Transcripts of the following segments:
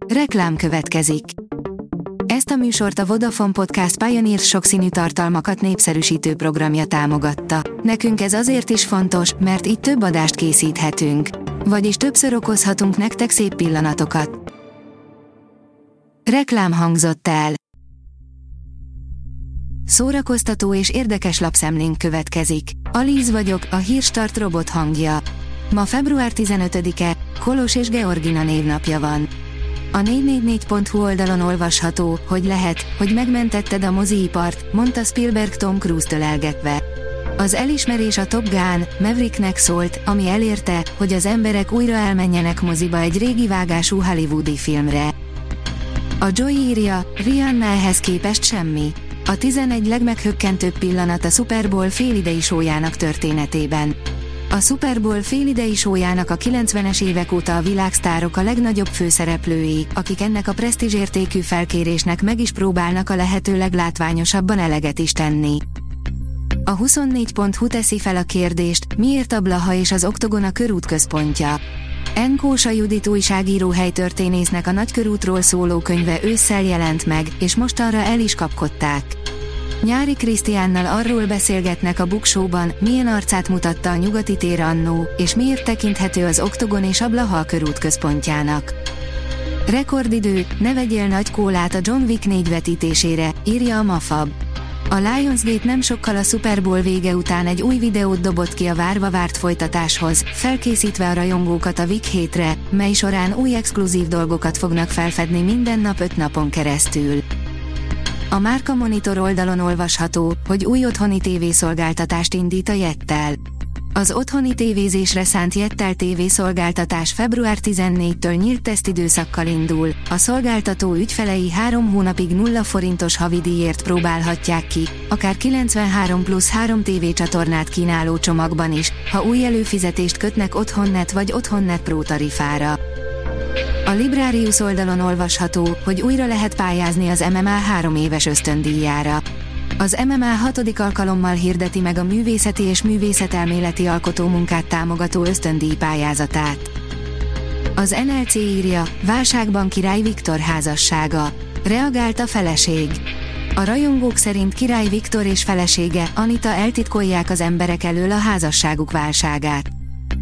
Reklám következik. Ezt a műsort a Vodafone Podcast Pioneer sokszínű tartalmakat népszerűsítő programja támogatta. Nekünk ez azért is fontos, mert így több adást készíthetünk. Vagyis többször okozhatunk nektek szép pillanatokat. Reklám hangzott el. Szórakoztató és érdekes lapszemlénk következik. Alíz vagyok, a Hírstart robot hangja. Ma február 15-e, Kolos és Georgina névnapja van. A 444.hu oldalon olvasható, hogy lehet, hogy megmentetted a moziipart, mondta Spielberg Tom Cruise-től elgetve. Az elismerés a Top Gun, Mavericknek szólt, ami elérte, hogy az emberek újra elmenjenek moziba egy régi vágású hollywoodi filmre. A Joy írja, Rihanna ehhez képest semmi. A 11 legmeghökkentőbb pillanat a Super Bowl félidei show-jának történetében. A Super Bowl félidei show-jának a 90-es évek óta a világsztárok a legnagyobb főszereplői, akik ennek a presztízsértékű felkérésnek meg is próbálnak a lehető leglátványosabban eleget is tenni. A 24.hu teszi fel a kérdést, miért a Blaha és az Oktogon a körút központja. N. Kósa Judit újságíró helytörténésznek a nagykörútról szóló könyve ősszel jelent meg, és mostanra el is kapkodták. Nyári Krisztiánnal arról beszélgetnek a Buksóban, milyen arcát mutatta a nyugati tér annó, és miért tekinthető az Oktogon és a Blaha a körút központjának. Rekordidő, ne vegyél nagy kólát a John Wick 4 vetítésére, írja a Mafab. A Lionsgate nem sokkal a Super Bowl vége után egy új videót dobott ki a várva várt folytatáshoz, felkészítve a rajongókat a Wick hétre, mely során új exkluzív dolgokat fognak felfedni minden nap 5 napon keresztül. A Márka Monitor oldalon olvasható, hogy új otthoni tévészolgáltatást indít a Jettel. Az otthoni tévézésre szánt Jettel tévészolgáltatás február 14-től nyílt tesztidőszakkal indul, a szolgáltató ügyfelei 3 hónapig 0 forintos havidíjért próbálhatják ki, akár 93+3 tévécsatornát kínáló csomagban is, ha új előfizetést kötnek Otthonnet vagy Otthonnet Pro tarifára. A Librarius oldalon olvasható, hogy újra lehet pályázni az MMA 3 éves ösztöndíjára. Az MMA 6. alkalommal hirdeti meg a művészeti és művészetelméleti alkotómunkát támogató ösztöndíj pályázatát. Az NLC írja, válságban Király Viktor házassága. Reagált a feleség. A rajongók szerint Király Viktor és felesége, Anita eltitkolják az emberek elől a házasságuk válságát.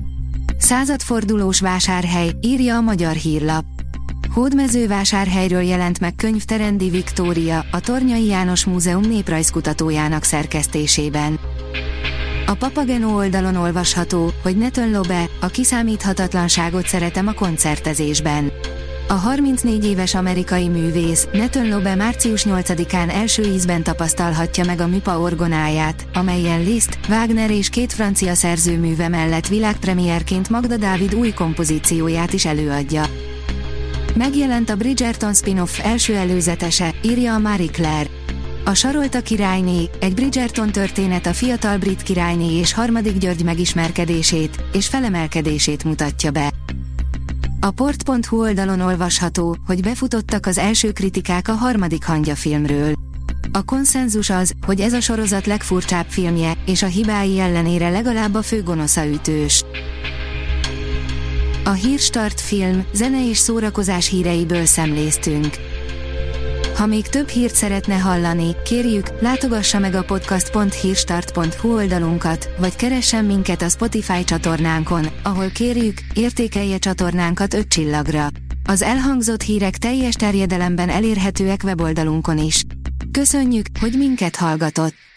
Századfordulós vásárhely, írja a Magyar Hírlap. Hódmezővásárhelyről jelent meg könyv Terendi Viktória, a Tornyai János Múzeum néprajzkutatójának szerkesztésében. A Papageno oldalon olvasható, hogy Nathan Lobe, a kiszámíthatatlanságot szeretem a koncertezésben. A 34 éves amerikai művész, Nathan Lobe március 8-án első ízben tapasztalhatja meg a műpa orgonáját, amelyen Liszt, Wagner és 2 francia szerzőműve mellett világpremierként Magda Dávid új kompozícióját is előadja. Megjelent a Bridgerton spin-off első előzetese, írja a Marie Claire. A Sarolta királyné, egy Bridgerton történet a fiatal brit királyné és 3. György megismerkedését és felemelkedését mutatja be. A port.hu oldalon olvasható, hogy befutottak az első kritikák a 3. Hangya filmről. A konszenzus az, hogy ez a sorozat legfurcsább filmje, és a hibái ellenére legalább a főgonosza ütős. A Hírstart film, zene és szórakozás híreiből szemléztünk. Ha még több hírt szeretne hallani, kérjük, látogassa meg a podcast.hírstart.hu oldalunkat, vagy keressen minket a Spotify csatornánkon, ahol kérjük, értékelje csatornánkat 5 csillagra. Az elhangzott hírek teljes terjedelemben elérhetőek weboldalunkon is. Köszönjük, hogy minket hallgatott!